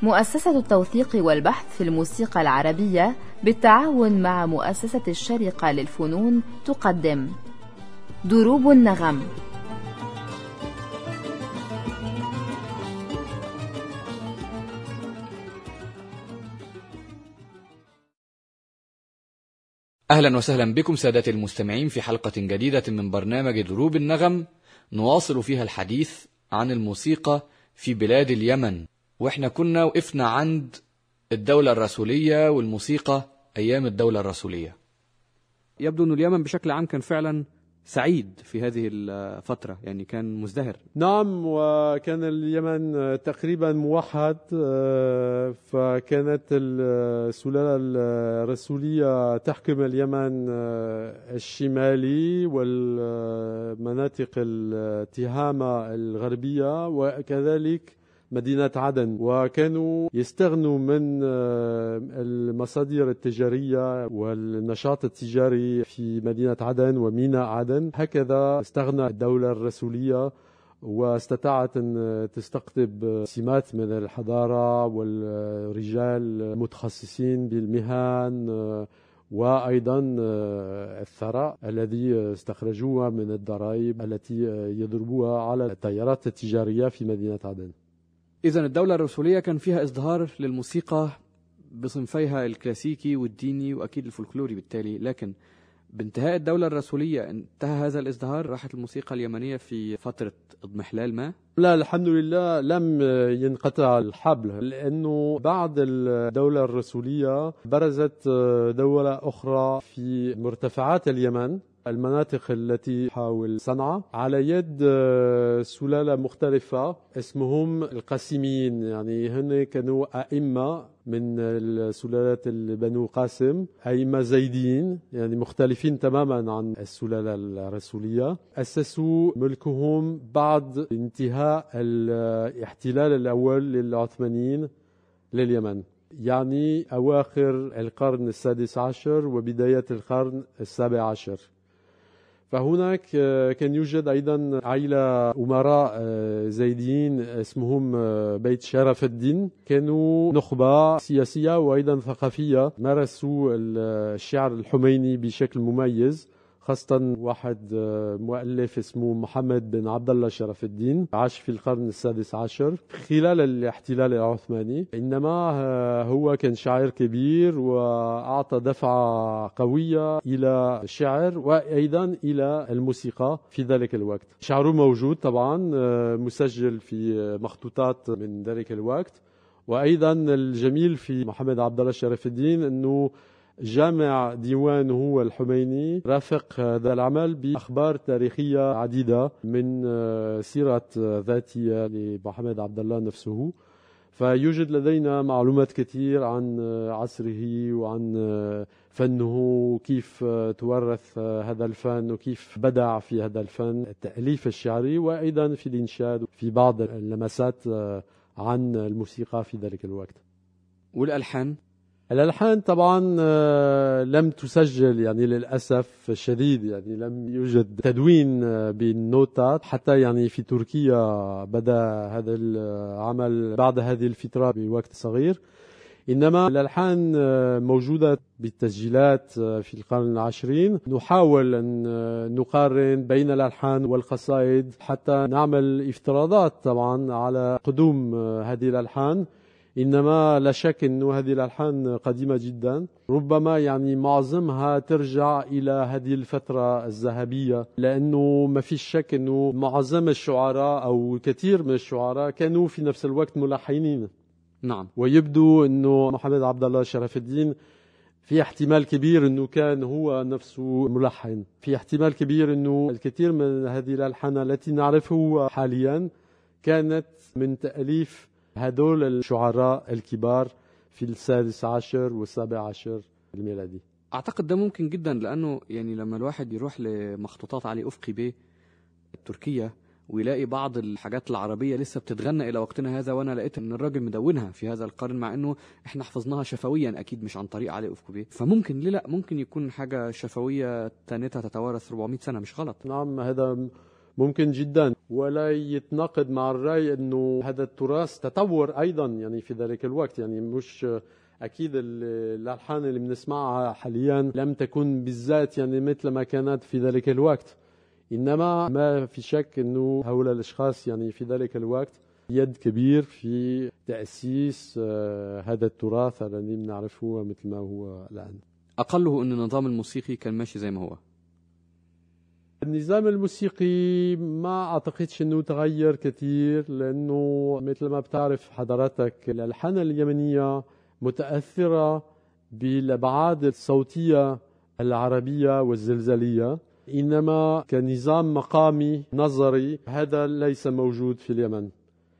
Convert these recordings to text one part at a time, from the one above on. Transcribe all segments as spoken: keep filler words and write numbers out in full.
مؤسسة التوثيق والبحث في الموسيقى العربية بالتعاون مع مؤسسة الشارقة للفنون تقدم دروب النغم. أهلا وسهلا بكم سادة المستمعين في حلقة جديدة من برنامج دروب النغم، نواصل فيها الحديث عن الموسيقى في بلاد اليمن. وإحنا كنا وقفنا عند الدولة الرسولية والموسيقى أيام الدولة الرسولية. يبدو أن اليمن بشكل عام كان فعلا سعيد في هذه الفترة، يعني كان مزدهر. نعم، وكان اليمن تقريبا موحد، فكانت السلالة الرسولية تحكم اليمن الشمالي والمناطق التهامة الغربية وكذلك مدينة عدن، وكانوا يستغنوا من المصادر التجارية والنشاط التجاري في مدينة عدن وميناء عدن. هكذا استغنى الدولة الرسولية واستطاعت أن تستقطب سمات من الحضارة والرجال متخصصين بالمهن وأيضا الثراء الذي استخرجوها من الضرائب التي يضربوها على التيارات التجارية في مدينة عدن. إذن الدولة الرسولية كان فيها ازدهار للموسيقى بصنفيها الكلاسيكي والديني وأكيد الفولكلوري بالتالي، لكن بانتهاء الدولة الرسولية انتهى هذا الازدهار؟ راحت الموسيقى اليمنية في فترة اضمحلال ما؟ لا، الحمد لله لم ينقطع الحبل، لأنه بعد الدولة الرسولية برزت دولة أخرى في مرتفعات اليمن، المناطق التي حول صنعاء، على يد سلالة مختلفة اسمهم القاسميين. يعني هن كانوا أئمة من السلالات بنو قاسم، أئمة زيديين، يعني مختلفين تماما عن السلالة الرسولية. أسسوا ملكهم بعد انتهاء الاحتلال الأول للعثمانيين لليمن، يعني أواخر القرن السادس عشر وبداية القرن السابع عشر. فهناك كان يوجد أيضا عائلة أمراء زيديين اسمهم بيت شرف الدين، كانوا نخبة سياسية وأيضا ثقافية، مارسوا الشعر الحميني بشكل مميز، خاصة واحد مؤلف اسمه محمد بن عبد الله شرف الدين، عاش في القرن السادس عشر خلال الاحتلال العثماني. إنما هو كان شاعر كبير وأعطى دفعة قوية إلى الشعر وأيضا إلى الموسيقى في ذلك الوقت. شعره موجود طبعا مسجل في مخطوطات من ذلك الوقت. وأيضا الجميل في محمد عبد الله شرف الدين أنه جامع ديوانه الحميني رافق هذا العمل بأخبار تاريخية عديدة من سيرة ذاتية لمحمد عبد الله نفسه. فيوجد لدينا معلومات كثير عن عصره وعن فنه، كيف تورث هذا الفن وكيف بدع في هذا الفن التأليف الشعري وأيضا في الإنشاد في بعض اللمسات عن الموسيقى في ذلك الوقت. والألحان؟ الألحان طبعا لم تسجل، يعني للأسف الشديد، يعني لم يوجد تدوين بالنوتات. حتى يعني في تركيا بدأ هذا العمل بعد هذه الفترة بوقت صغير، إنما الألحان موجودة بالتسجيلات في القرن العشرين. نحاول أن نقارن بين الألحان والقصائد حتى نعمل افتراضات طبعا على قدوم هذه الألحان. إنما لا شك أن هذه الألحان قديمة جدا، ربما يعني معظمها ترجع إلى هذه الفترة الذهبية، لأنه ما فيش شك أنه معظم الشعراء أو كثير من الشعراء كانوا في نفس الوقت ملحنين. نعم. ويبدو أنه محمد عبد الله شرف الدين في احتمال كبير أنه كان هو نفسه ملحن، في احتمال كبير أنه الكثير من هذه الألحان التي نعرفه حاليا كانت من تأليف هدول الشعراء الكبار في السادس عشر والسابع عشر الميلادي. أعتقد ده ممكن جدا، لأنه يعني لما الواحد يروح لمخطوطات علي أفقي بيه التركية ويلاقي بعض الحاجات العربية لسه بتتغنى إلى وقتنا هذا، وأنا لقيت أن الراجل مدونها في هذا القرن، مع أنه إحنا حفظناها شفويا أكيد مش عن طريق علي أفقي بيه. فممكن ليه لا، ممكن يكون حاجة شفوية تانيتها تتوارث أربعمائة سنة، مش غلط. نعم، هذا ممكن جدا، ولا يتناقض مع الرأي أنه هذا التراث تطور أيضا يعني في ذلك الوقت. يعني مش أكيد الألحان اللي بنسمعها حاليا لم تكن بالذات يعني مثل ما كانت في ذلك الوقت، إنما ما في شك أنه هؤلاء الأشخاص يعني في ذلك الوقت يد كبير في تأسيس هذا التراث الذي بنعرفه مثل ما هو الآن. أقله أن النظام الموسيقي كان ماشي زي ما هو. النظام الموسيقي ما أعتقدش أنه تغير كثير، لأنه مثل ما بتعرف حضرتك الألحان اليمنية متأثرة بالأبعاد الصوتية العربية والزلزالية، إنما كنظام مقامي نظري هذا ليس موجود في اليمن.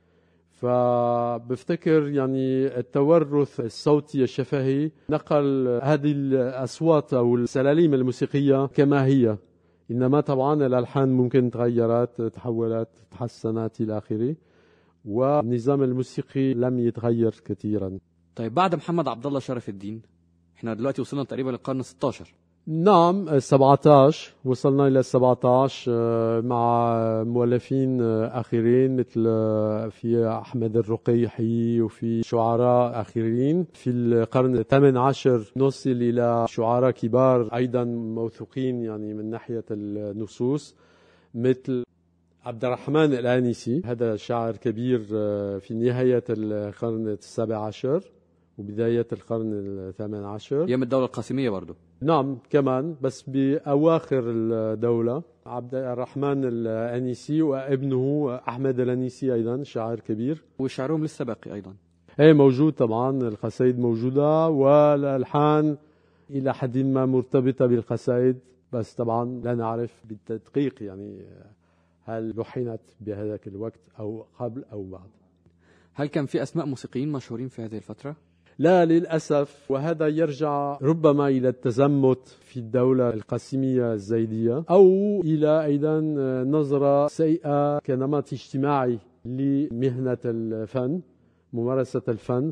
فبفتكر يعني التورث الصوتي الشفهي نقل هذه الأصوات أو السلاليم الموسيقية كما هي، إنما طبعا الألحان ممكن تغيرت تحولت تحسنت إلى آخره، والنظام الموسيقي لم يتغير كثيرا. طيب بعد محمد عبد الله شرف الدين احنا دلوقتي وصلنا تقريبا للقرن الستة عشر. نعم سبعة عشر، وصلنا إلى سبعة عشر مع مؤلفين آخرين مثل في أحمد الرقيحي وفي شعراء آخرين. في القرن الثامن عشر نصل إلى شعراء كبار أيضا موثوقين يعني من ناحية النصوص مثل عبد الرحمن الآنسي، هذا شاعر كبير في نهاية القرن السابع عشر وبداية القرن الثامن عشر، أيام الدولة القاسمية برضو. نعم كمان بس بأواخر الدولة. عبد الرحمن الآنسي وابنه أحمد الآنسي أيضا شاعر كبير، وشعرهم لسه باقي أيضا. ايه موجود طبعا، القصائد موجودة والألحان إلى حد ما مرتبطة بالقصائد، بس طبعا لا نعرف بالتدقيق يعني هل لحنت بهذاك الوقت أو قبل أو بعد. هل كان في أسماء موسيقيين مشهورين في هذه الفترة؟ لا للأسف، وهذا يرجع ربما إلى التزمت في الدولة القاسمية الزيدية أو إلى أيضا نظرة سيئة كنمط اجتماعي لمهنة الفن، ممارسة الفن.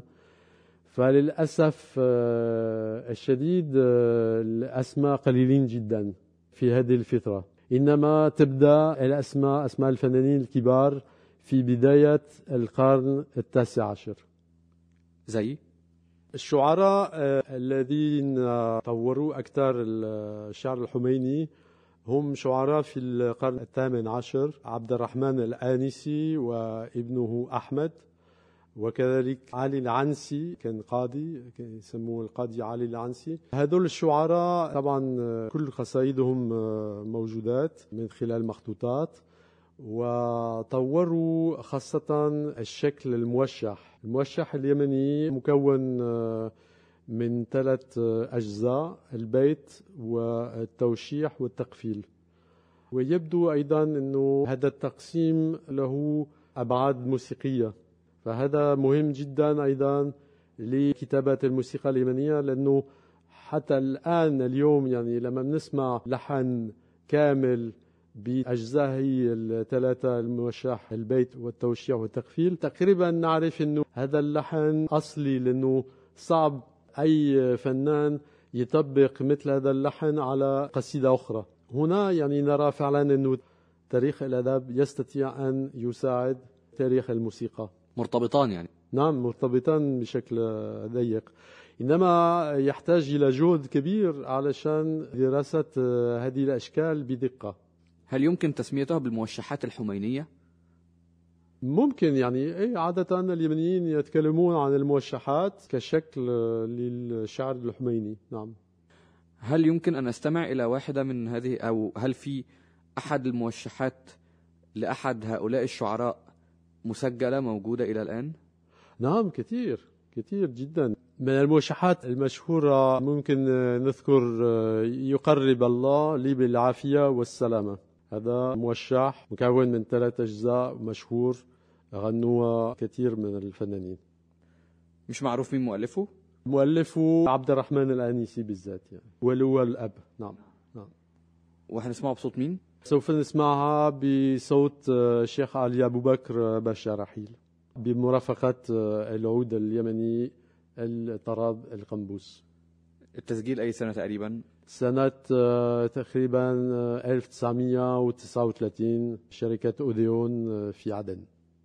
فللأسف الشديد الأسماء قليلين جدا في هذه الفترة، إنما تبدأ الأسماء أسماء الفنانين الكبار في بداية القرن التاسع عشر. زي الشعراء الذين طوروا أكثر الشعر الحميني هم شعراء في القرن الثامن عشر، عبد الرحمن الآنسي وابنه أحمد، وكذلك علي العنسي كان قاضي، كان يسموه القاضي علي العنسي. هذول الشعراء طبعا كل قصائدهم موجودات من خلال مخطوطات، وطوروا خاصة الشكل الموشح. الموشح اليمني مكون من ثلاث أجزاء، البيت والتوشيح والتقفيل. ويبدو أيضا أنه هذا التقسيم له أبعاد موسيقية، فهذا مهم جدا أيضا لكتابة الموسيقى اليمنية، لأنه حتى الآن اليوم يعني لما بنسمع لحن كامل بأجزائه الثلاثة، الموشح البيت والتوشيح والتقفيل، تقريبا نعرف أنه هذا اللحن أصلي، لأنه صعب أي فنان يطبق مثل هذا اللحن على قصيدة أخرى. هنا يعني نرى فعلا أنه تاريخ الأدب يستطيع أن يساعد تاريخ الموسيقى، مرتبطان يعني. نعم مرتبطان بشكل ضيق، إنما يحتاج إلى جهد كبير علشان دراسة هذه الأشكال بدقة. هل يمكن تسميتها بالموشحات الحمينية؟ ممكن، يعني أي عادة اليمنيين يتكلمون عن الموشحات كشكل للشعر الحميني. نعم. هل يمكن أن أستمع إلى واحدة من هذه، أو هل في أحد الموشحات لأحد هؤلاء الشعراء مسجلة موجودة إلى الآن؟ نعم كثير كثير جدا. من الموشحات المشهورة ممكن نذكر يقرب الله لي بالعافية والسلامة، هذا موشح مكون من ثلاث أجزاء مشهور، غنوه كثير من الفنانين. مش معروف مين مؤلفه؟ مؤلفه عبد الرحمن الآنسي بالذات يعني، ولو الأب. نعم نعم. وهنسمعه بصوت مين؟ سوف نسمعها بصوت الشيخ علي أبو بكر باشا رحيل بمرافقة العود اليمني الطراب القنبوس. التسجيل أي سنة تقريبا؟ سنة تقريبا ألف وتسعمائة وتسعة وثلاثين شركة أوديون في عدن.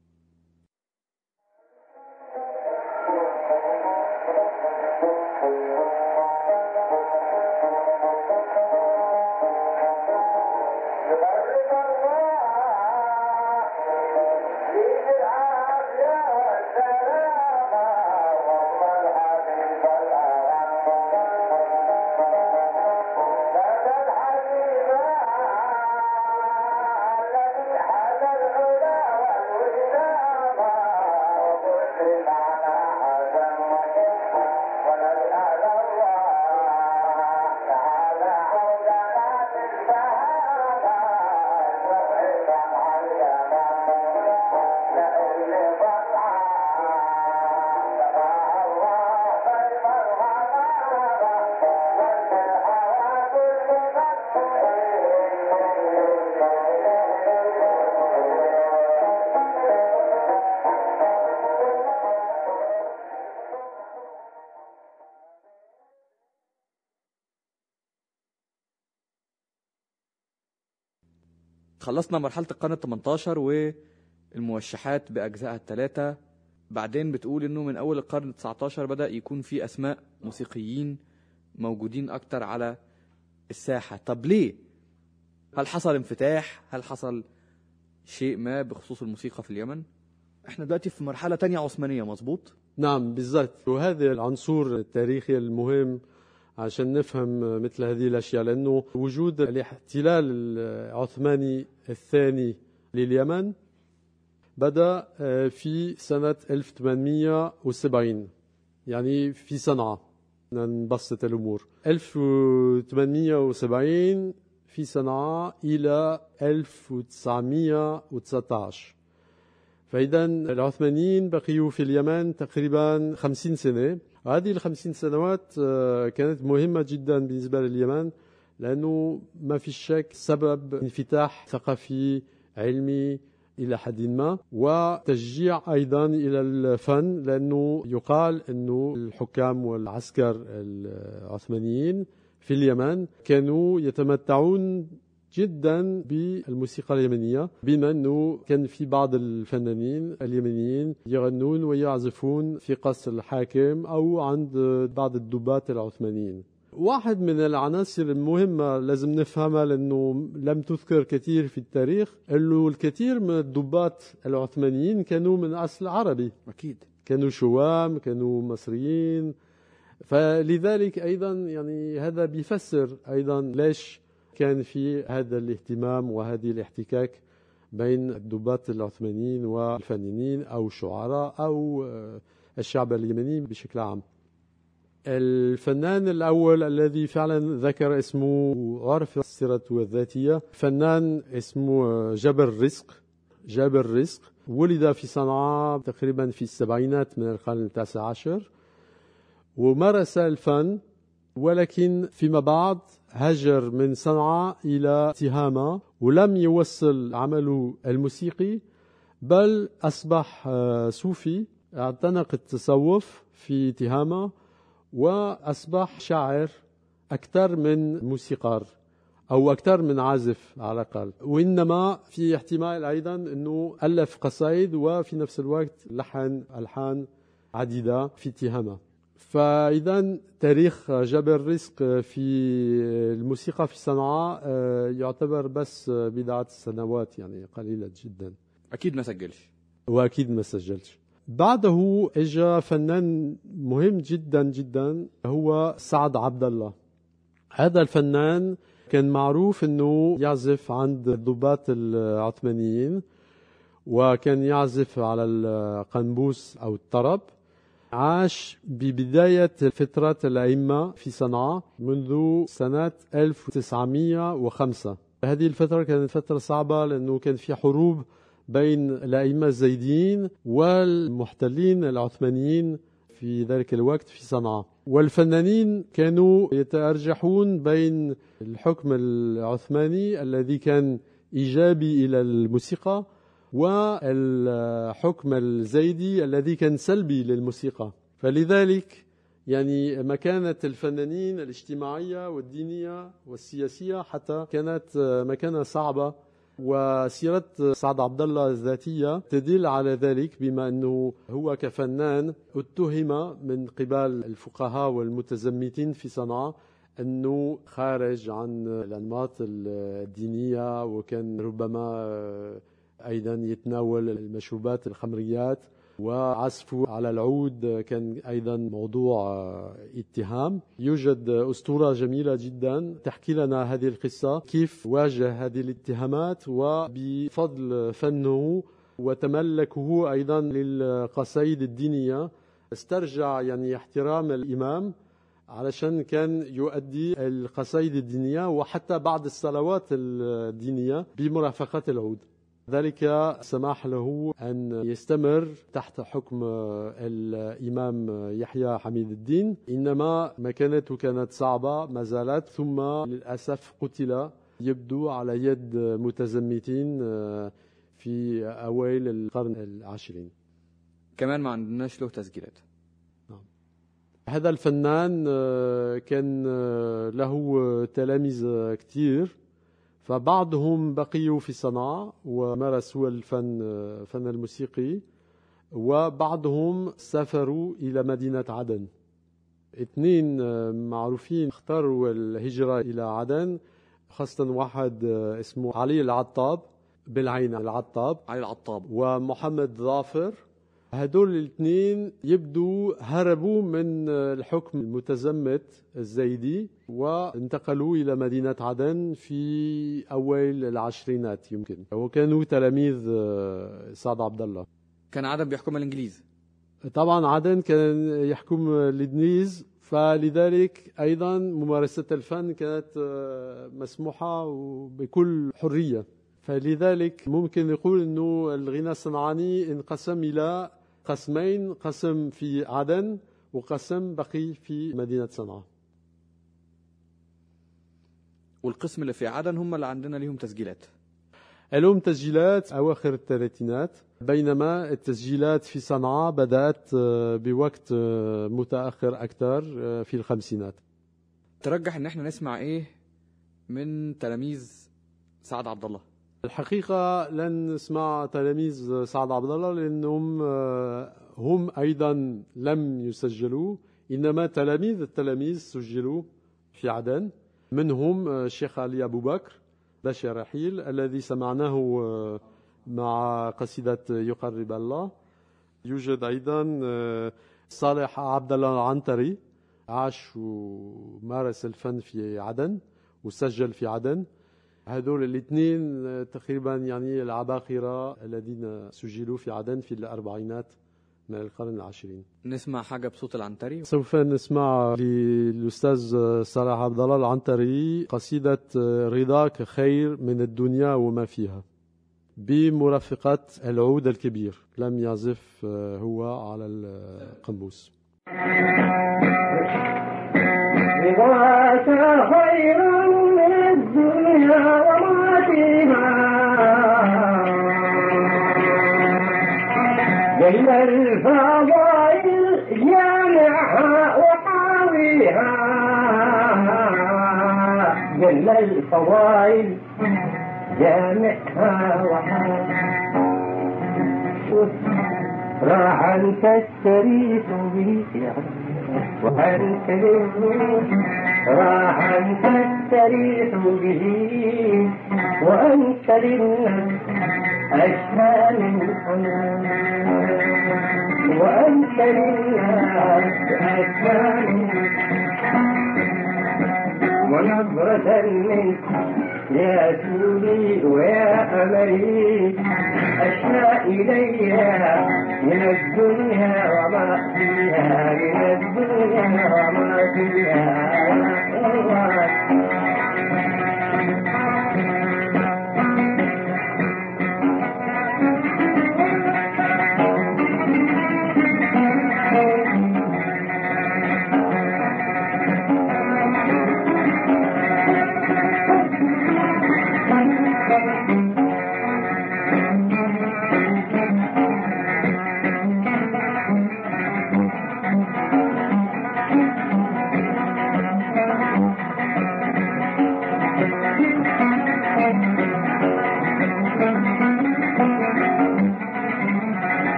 خلصنا مرحلة القرن الثامن عشر والموشحات بأجزائها الثلاثة. بعدين بتقول إنه من أول القرن التاسع عشر بدأ يكون في أسماء موسيقيين موجودين أكتر على الساحة. طب ليه؟ هل حصل انفتاح؟ هل حصل شيء ما بخصوص الموسيقى في اليمن؟ احنا دلوقتي في مرحلة تانية عثمانية، مظبوط؟ نعم بالضبط، وهذا العنصر التاريخي المهم عشان نفهم مثل هذه الأشياء، لأنه وجود الاحتلال العثماني الثاني لليمن بدأ في سنة ألف وثمانمائة وسبعين، يعني في صنعاء. نبسط الأمور، ألف وثمانمائة وسبعين في صنعاء إلى ألف وتسعمائة وتسعة عشر. فإذا العثمانيين بقيوا في اليمن تقريبا خمسين سنة. هذه الخمسين سنوات كانت مهمة جدا بالنسبة لليمن، لأنه ما في شك سبب انفتاح ثقافي علمي إلى حد ما، وتشجيع أيضا إلى الفن، لأنه يقال أنه الحكام والعسكر العثمانيين في اليمن كانوا يتمتعون جدا بالموسيقى اليمنية، بما أنه كان في بعض الفنانين اليمنيين يغنون ويعزفون في قصر الحاكم أو عند بعض الضباط العثمانيين. واحد من العناصر المهمة لازم نفهمها، لأنه لم تذكر كثير في التاريخ، أنه الكثير من الضباط العثمانيين كانوا من أصل عربي. أكيد كانوا شوام، كانوا مصريين. فلذلك أيضا يعني هذا بيفسر أيضا ليش كان في هذا الاهتمام وهذه الاحتكاك بين الضباط العثمانيين والفنانين أو الشعراء أو الشعب اليمني بشكل عام. الفنان الأول الذي فعلا ذكر اسمه عرف السيرة الذاتية، فنان اسمه جابر رزق. جابر رزق ولد في صنعاء تقريبا في السبعينات من القرن التاسع عشر، ومارس الفن، ولكن فيما بعد هاجر من صنعاء إلى تهامة، ولم يوصل عمله الموسيقي، بل أصبح صوفي، اعتنق التصوف في تهامة، وأصبح شاعر أكثر من موسيقار أو أكثر من عازف على الأقل. وإنما في احتمال أيضا أنه ألف قصائد وفي نفس الوقت لحن ألحان عديدة في تهامة. فإذا تاريخ جابر رزق في الموسيقى في صنعاء يعتبر بس بضعة سنوات، يعني قليلة جدا. أكيد ما سجلش وأكيد ما سجلش. بعده اجى فنان مهم جدا جدا، هو سعد عبد الله. هذا الفنان كان معروف انه يعزف عند الضباط العثمانيين، وكان يعزف على القنبوس او الطرب. عاش ببداية فترة الأئمة في صنعاء منذ سنة ألف وتسعمائة وخمسة. هذه الفترة كانت فترة صعبة، لأنه كان في حروب بين الأئمة الزيديين والمحتلين العثمانيين في ذلك الوقت في صنعاء. والفنانين كانوا يتأرجحون بين الحكم العثماني الذي كان إيجابي إلى الموسيقى والحكم الزيدي الذي كان سلبي للموسيقى. فلذلك يعني مكانة الفنانين الاجتماعية والدينية والسياسية حتى كانت مكانة صعبة. وسيرة سعد عبد الله الذاتية تدل على ذلك، بما أنه هو كفنان اتهم من قبل الفقهاء والمتزمتين في صنعاء أنه خارج عن الأنماط الدينية، وكان ربما أيضا يتناول المشروبات الخمريات، وعزفه على العود كان أيضا موضوع اتهام. يوجد أسطورة جميلة جدا تحكي لنا هذه القصة، كيف واجه هذه الاتهامات، وبفضل فنه وتملكه أيضا للقصائد الدينية استرجع يعني احترام الإمام، علشان كان يؤدي القصائد الدينية وحتى بعض الصلوات الدينية بمرافقة العود. ذلك سمح له أن يستمر تحت حكم الإمام يحيى حميد الدين، إنما مكانته كانت صعبة ما زالت، ثم للأسف قتل يبدو على يد متزمتين في أوائل القرن العشرين. كمان ما عندناش له تسجيلات. نعم. هذا الفنان كان له تلاميذ كتير، فبعضهم بقيوا في صنعاء ومارسوا الفن فن الموسيقي، وبعضهم سافروا إلى مدينة عدن. اثنين معروفين اختاروا الهجرة إلى عدن، خاصة واحد اسمه علي العطاب، بالعين العطاب، علي العطاب، ومحمد ظافر. هدول الاثنين يبدو هربوا من الحكم المتزمت الزايدي وانتقلوا إلى مدينة عدن في أوائل العشرينات يمكن، وكانوا تلاميذ سعد عبد الله. كان عدن بيحكم الإنجليز؟ طبعا عدن كان يحكم الإنجليز، فلذلك أيضا ممارسة الفن كانت مسموحة بكل حرية. فلذلك ممكن نقول أنه الغناء الصنعاني انقسم إلى قسمين، قسم في عدن وقسم بقي في مدينة صنعاء. والقسم اللي في عدن هم اللي عندنا لهم تسجيلات؟ لهم تسجيلات أواخر الثلاثينات، بينما التسجيلات في صنعاء بدأت بوقت متأخر أكثر في الخمسينات. ترجح أن احنا نسمع إيه من تلاميذ سعد عبد الله؟ الحقيقة لن نسمع تلاميذ سعد عبد الله لأنهم هم أيضا لم يسجلوا، إنما تلاميذ التلاميذ سجلوا في عدن، منهم الشيخ علي أبو بكر باشا رحيل الذي سمعناه مع قصيدة يقرب الله. يوجد أيضا صالح عبد الله العنتري، عاش ومارس الفن في عدن وسجل في عدن. هذول الاثنين تقريبا يعني العباقرة الذين سجلوا في عدن في الأربعينات من القرن العشرين. نسمع حاجة بصوت العنتري؟ سوف نسمع للأستاذ صالح عبد الله العنتري قصيدة رضاك خير من الدنيا وما فيها، بمرافقة العود الكبير، لم يعزف هو على القنبوس. رضاك خير من الدنيا وما فيها، جل الفضائل جامعها وحاويها، جل الفضائل جامعها وحاويها، راحا تستريح به وأنت راحا تستريح به وأنت للناس أشهى من حنان، وأنت للناس أشهى من ونظرة منك يا سوري ويا أملي أشهى إلي من الدنيا وما فيها، من الدنيا وما فيها.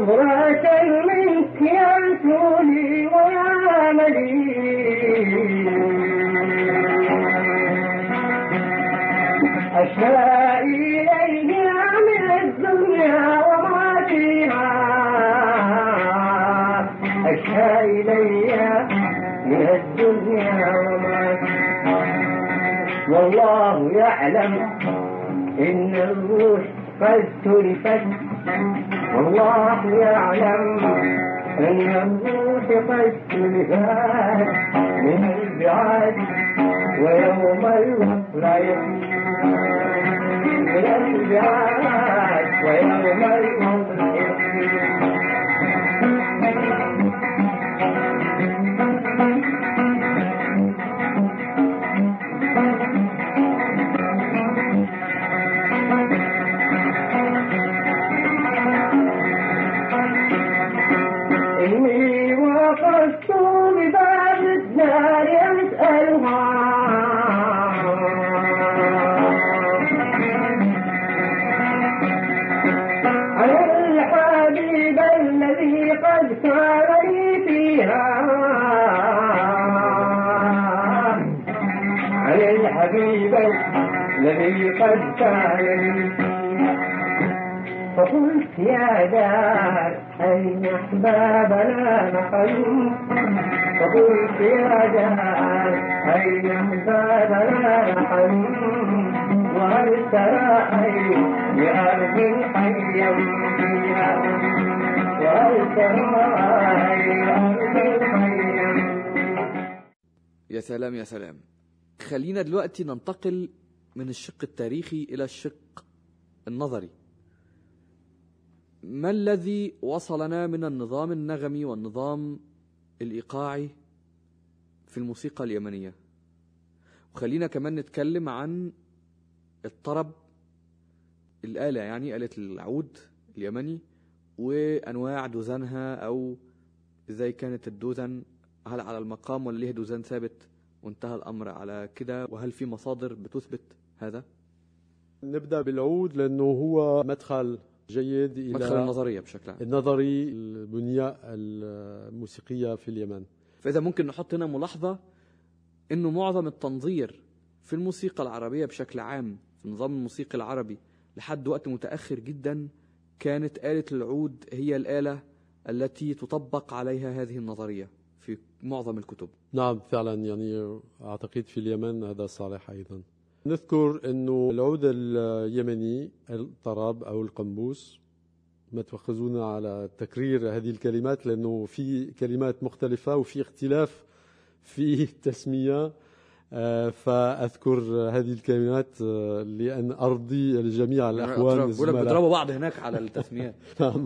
نظرة منك يا رسولي ويا مليك أشتاق إليها من الدنيا وما فيها أشتاق إليها من الدنيا وما فيها والله يعلم إن الروح قد تلفت والله يعلم أن الروح قد تلفت من البعاد ويوم الوفرة من البعاد ويوم الوفرة إني وقفت بباب الدار أسألها عن الحبيب الذي قد كان لي فيها عن الحبيب الذي قد كان لي فيها فقلت يا دار أين أحبابنا نحن فقلت يا دار أين أحبابنا نحن وهل ترى أي بأرض حيا فيها وهل ترى أي بأرض حيا. يا سلام يا سلام. خلينا دلوقتي ننتقل من الشق التاريخي إلى الشق النظري. ما الذي وصلنا من النظام النغمي والنظام الإيقاعي في الموسيقى اليمنية؟ وخلينا كمان نتكلم عن الطرب، الآلة يعني آلة العود اليمني وأنواع دوزنها، أو إزاي كانت الدوزن، هل على المقام ولا ليه دوزن ثابت وانتهى الأمر على كده، وهل في مصادر بتثبت هذا؟ نبدأ بالعود لأنه هو مدخل جيد إلى مدخل النظرية بشكل عام، النظري البنية الموسيقية في اليمن. فإذا ممكن نحط هنا ملاحظة إنه معظم التنظير في الموسيقى العربية بشكل عام، في النظام الموسيقي العربي لحد وقت متأخر جدا، كانت آلة العود هي الآلة التي تطبق عليها هذه النظرية في معظم الكتب. نعم فعلا، يعني أعتقد في اليمن هذا صالح أيضا. نذكر أنه العود اليمني الطرب أو القنبوس، ما تأخذونا على تكرير هذه الكلمات لأنه في كلمات مختلفة وفي اختلاف في التسمية، فأذكر هذه الكلمات لأن أرضي الجميع الأخوان الزملاء. بيضربوا بعض هناك على التسميات.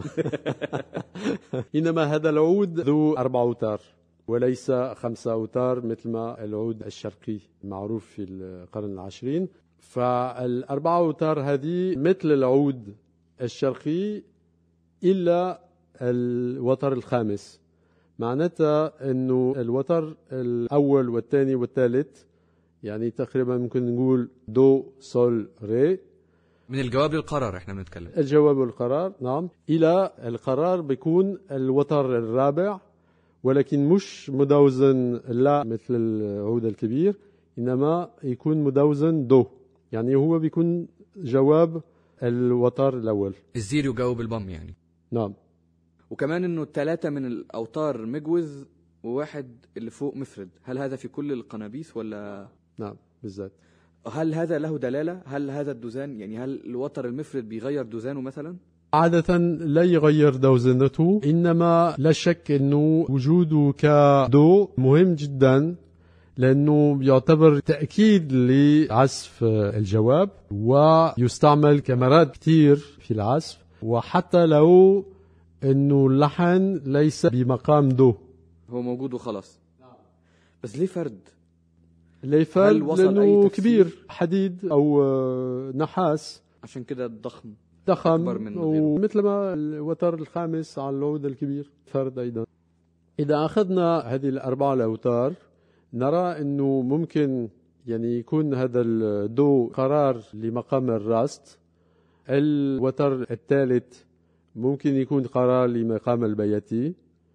إنما هذا العود ذو أربع أوتار وليس خمسة أوتار مثل ما العود الشرقي معروف في القرن العشرين. فالأربعة أوتار هذه مثل العود الشرقي إلا الوتر الخامس، معناتها أنه الوتر الأول والثاني والثالث يعني تقريبا ممكن نقول دو سول ري، من الجواب للقرار احنا بنتكلم الجواب والقرار، نعم، إلى القرار بيكون الوتر الرابع، ولكن مش مدوزن لا مثل العود الكبير، إنما يكون مدوزن دو، يعني هو بيكون جواب الوتر الأول. الزير يجاوب البم يعني. نعم. وكمان انه الثلاثة من الأوتار مجوز وواحد اللي فوق مفرد، هل هذا في كل القنابيس ولا؟ نعم بالذات. هل هذا له دلالة؟ هل هذا الدوزان يعني هل الوتر المفرد بيغير دوزانه مثلا؟ عادة لا يغير دوزنته، إنما لا شك أنه وجوده كدو مهم جدا، لأنه يعتبر تأكيد لعزف الجواب ويستعمل كمرات كتير في العزف، وحتى لو أنه اللحن ليس بمقام دو هو موجود وخلاص. بس ليه فرد؟ ليه فرد؟ لأنه كبير، حديد أو نحاس، عشان كده ضخم ضخم، ومثل ما الوتر الخامس على العود الكبير فرد أيضا. إذا أخذنا هذه الأربعة الأوتار نرى أنه ممكن يعني يكون هذا الدو قرار لمقام الراست، الوتر الثالث ممكن يكون قرار لمقام البياتي.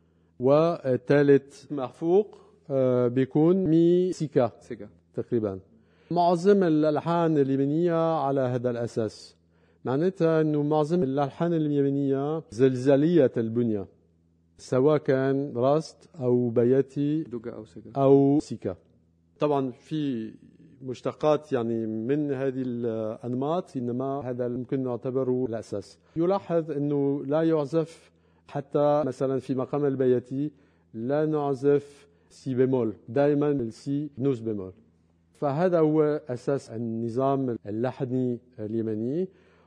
والثالث محفوق بيكون مي سيكا سيكا تقريبا. معظم الألحان اليمنية على هذا الأساس، معناتها أنه معظم الألحان اليمنية زلزالية البنية، سواء كان راست أو بياتي أو سيكا. أو سيكا. طبعا في مشتقات يعني من هذه الأنماط، إنما هذا ممكن نعتبره الأساس. يلاحظ أنه لا يعزف حتى مثلا في مقام البياتي لا نعزف سي بيمول، دائما السي نوز بيمول. فهذا هو أساس النظام اللحني اليمني.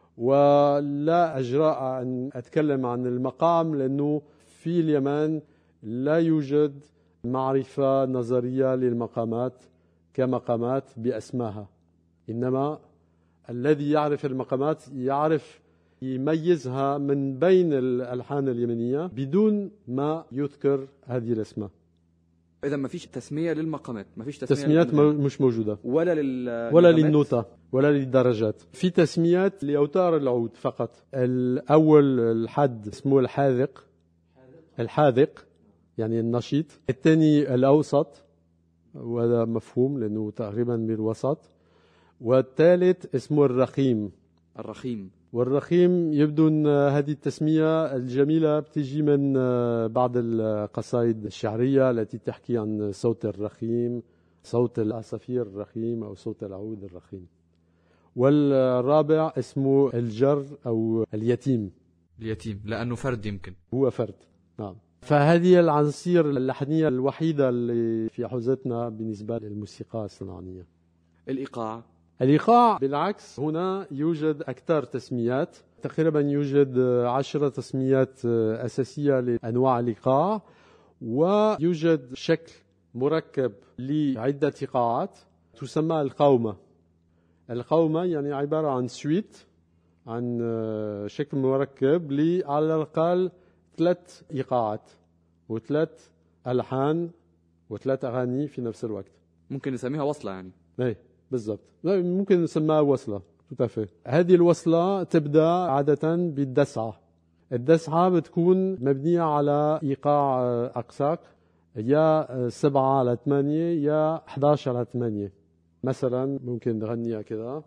ولا أجرأ أن أتكلم عن المقام، لأنه في اليمن لا يوجد معرفة نظرية للمقامات كمقامات بأسمائها، إنما الذي يعرف المقامات يعرف يميزها من بين الألحان اليمنية بدون ما يذكر هذه الأسماء. إذا ما فيش تسمية للمقامات، ما فيش تسمية تسميات مش موجودة، ولا لل ولا للنوتة ولا للدرجات. في تسميات لأوتار العود فقط. الأول الحد اسمه الحاذق، الحاذق يعني النشيط. الثاني الأوسط، وهذا مفهوم لأنه تقريبا بالوسط. والثالث اسمه الرخيم. الرخيم والرخيم يبدو أن هذه التسمية الجميلة بتجي من بعض القصائد الشعرية التي تحكي عن صوت الرخيم، صوت العصافير الرخيم أو صوت العود الرخيم. والرابع اسمه الجر أو اليتيم. اليتيم لأنه فرد، يمكن هو فرد، نعم. فهذه العناصر اللحنية الوحيدة اللي في حوزتنا بالنسبة للموسيقى الصنعانية. الإيقاع الإيقاع بالعكس هنا يوجد أكثر تسميات، تقريبا يوجد عشرة تسميات أساسية لأنواع الإيقاع. ويوجد شكل مركب لعدة إيقاعات تسمى القومة. القومة يعني عبارة عن سويت، عن شكل مركب لي على الأقل ثلاث إيقاعات وثلاث ألحان وثلاث أغاني في نفس الوقت. ممكن نسميها وصلة يعني. ايه بالضبط، ممكن نسميها وصلة. توتافي. هذه الوصلة تبدأ عادة بالدسعة. الدسعة بتكون مبنية على إيقاع أقساق، يا سبعة على ثمانية يا أحد عشر على ثمانية. مثلا ممكن نغنيها كده: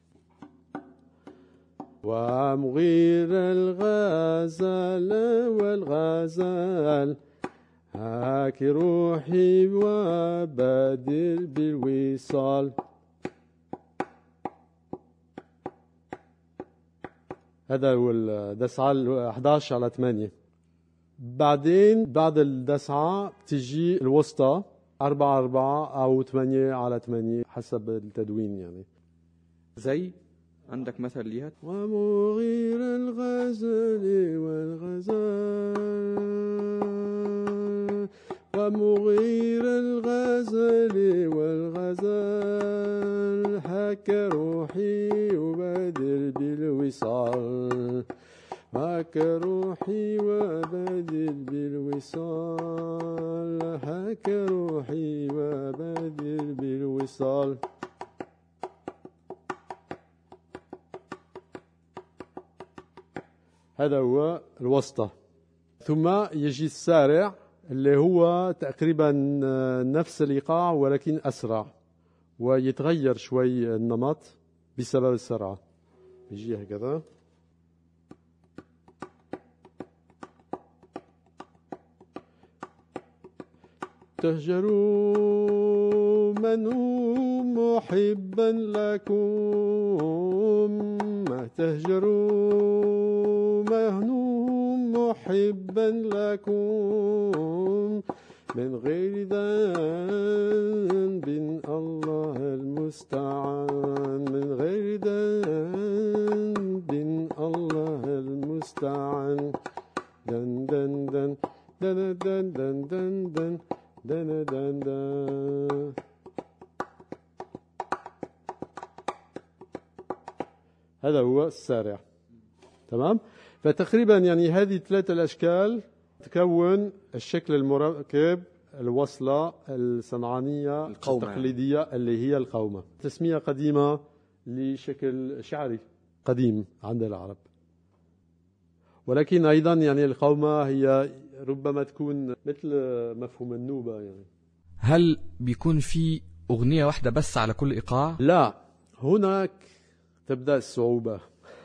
ومغير الغزال والغزال هاك روحي وبادر بالوصال. هذا هو الدسعة أحد عشر على ثمانية. بعدين بعد الدسعة تجي الوسطى أربعة أربعة أو ثمانية على ثمانية حسب التدوين يعني. زي عندك مثل ليها: ومغير الغزال والغزال ومغير الغزال والغزال هاك روحي وبادر بالوصال. هاك روحي وبادر بالوصال. هاك روحي وبادر بالوصال. هذا هو الوسطى. ثم يجي السارع اللي هو تقريبا نفس الإيقاع ولكن أسرع، ويتغير شوي النمط بسبب السرعة. يجي هكذا: تهجروا من هو محبا لكم، تهجروا من هو محبا لكم من غير ذنب الله المستعان. من غير ذنب الله المستعان. دن دن دن دن دن دن دن دن دن دن دن. هذا هو السارع. تمام. فتقريبا يعني هذه ثلاثة الأشكال تكون الشكل المركب الوصلة الصنعانية التقليدية اللي هي القومة. تسمية قديمة لشكل شعري قديم عند العرب. ولكن أيضا يعني القومة هي ربما تكون مثل مفهوم النوبة. يعني هل بيكون في أغنية واحدة بس على كل إيقاع؟ لا، هناك تبدأ الصعوبة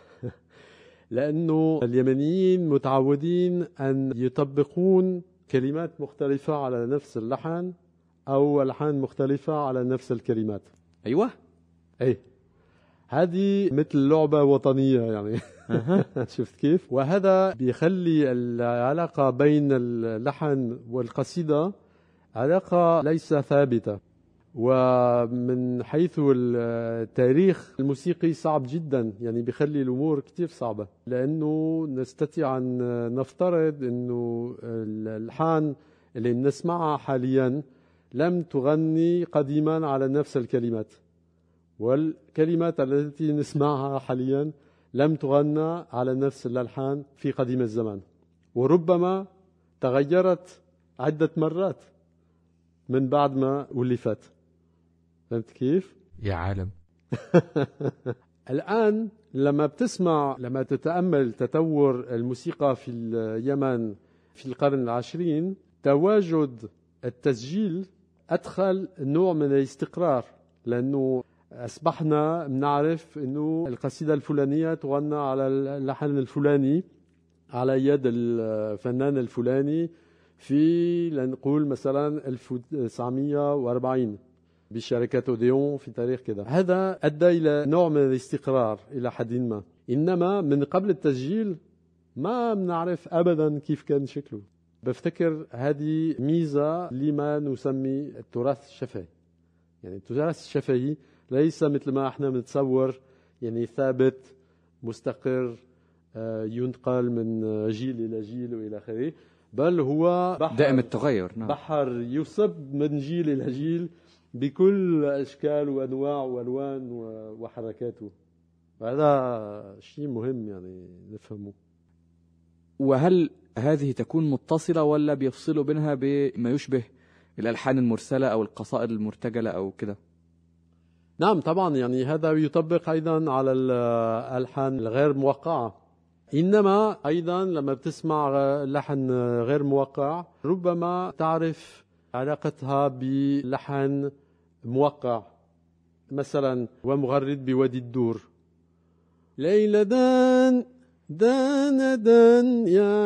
لأنه اليمنيين متعودين أن يطبقون كلمات مختلفة على نفس اللحن أو ألحان مختلفة على نفس الكلمات. أيوة، أي هذه مثل لعبة وطنية يعني. شفت كيف؟ وهذا بيخلي العلاقة بين اللحن والقصيدة علاقة ليس ثابتة، ومن حيث التاريخ الموسيقي صعب جدا، يعني بيخلي الأمور كتير صعبة، لأنه نستطيع أن نفترض أنه الألحان اللي نسمعها حاليا لم تغني قديما على نفس الكلمات، والكلمات التي نسمعها حاليا لم تغنى على نفس الألحان في قديم الزمان، وربما تغيرت عدة مرات من بعد ما ولفت. فهمت كيف؟ يا عالم. الآن لما بتسمع، لما تتأمل تطور الموسيقى في اليمن في القرن العشرين، تواجد التسجيل أدخل نوع من الاستقرار، لأنه أصبحنا نعرف أنه القصيدة الفلانية تغنى على اللحن الفلاني على يد الفنان الفلاني في لنقول مثلا ألف وتسعمائة وأربعين بشركة أوديون في تاريخ كذا. هذا أدى إلى نوع من الاستقرار إلى حد ما، إنما من قبل التسجيل ما بنعرف أبدا كيف كان شكله. بفتكر هذه ميزة لما نسمي التراث الشفهي. يعني التراث الشفهي ليس مثل ما احنا بنتصور يعني ثابت مستقر ينقل من جيل إلى جيل وإلى آخره، بل هو بحر دائم التغير. نعم. بحر يصب من جيل إلى جيل بكل أشكال وأنواع وألوان وحركاته. هذا شيء مهم يعني نفهمه. وهل هذه تكون متصلة ولا بيفصلوا بينها بما يشبه الألحان المرسلة أو القصائد المرتجلة أو كده؟ نعم طبعا، يعني هذا يطبق أيضا على الألحان الغير موقعة. إنما أيضا لما بتسمع لحن غير موقع ربما تعرف علاقتها بلحن موقع، مثلا ومغرد بوادي الدور، ليلى دان دان دان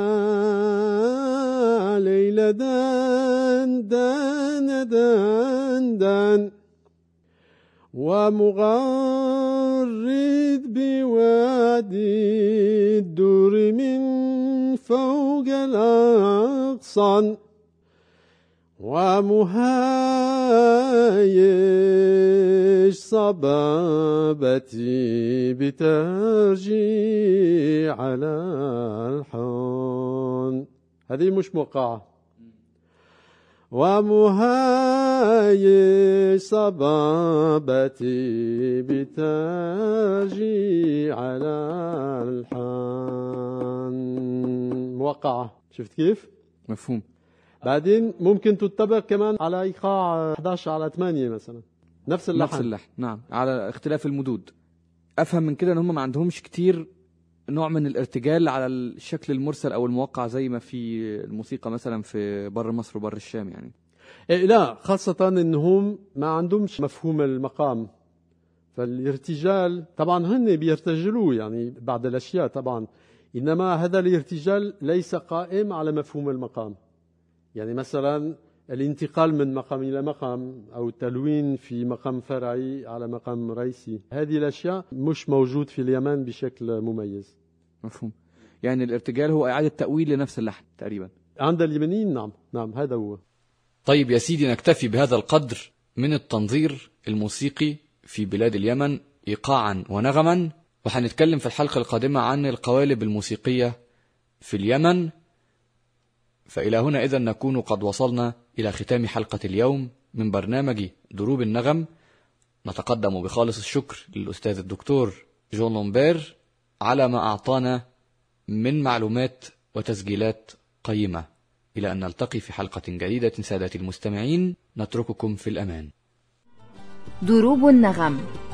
يا ليلى دان دان دان دان، ومغرد بوادي الدور من فوق الأغصان، ومهايش صبابتي بترجي على الحون. هذه مش موقعة. ومهايش صبابتي بترجي على الحون موقعة. شفت كيف؟ مفهوم. بعدين ممكن تطبق كمان على ايقاع أحد عشر على ثمانية مثلا، نفس اللحن. نفس اللحن، نعم، على اختلاف المدود. افهم من كده ان هم ما عندهمش كتير نوع من الارتجال على الشكل المرسل او الموقع زي ما في الموسيقى مثلا في بر مصر وبر الشام يعني. إيه لا، خاصة انهم ما عندهمش مفهوم المقام، فالارتجال طبعا هن بيرتجلوا يعني بعض الاشياء طبعا، انما هذا الارتجال ليس قائم على مفهوم المقام. يعني مثلا الانتقال من مقام إلى مقام أو التلوين في مقام فرعي على مقام رئيسي، هذه الأشياء مش موجود في اليمن بشكل مميز. مفهوم. يعني الارتجال هو إعادة تأويل لنفس اللحن تقريبا عند اليمنيين. نعم نعم هذا هو. طيب يا سيدي، نكتفي بهذا القدر من التنظير الموسيقي في بلاد اليمن إيقاعا ونغما، وحنتكلم في الحلقة القادمة عن القوالب الموسيقية في اليمن. فإلى هنا إذن نكون قد وصلنا إلى ختام حلقة اليوم من برنامج دروب النغم. نتقدم بخالص الشكر للأستاذ الدكتور جون لومبير على ما أعطانا من معلومات وتسجيلات قيمة. إلى أن نلتقي في حلقة جديدة سادة المستمعين، نترككم في الأمان. دروب النغم.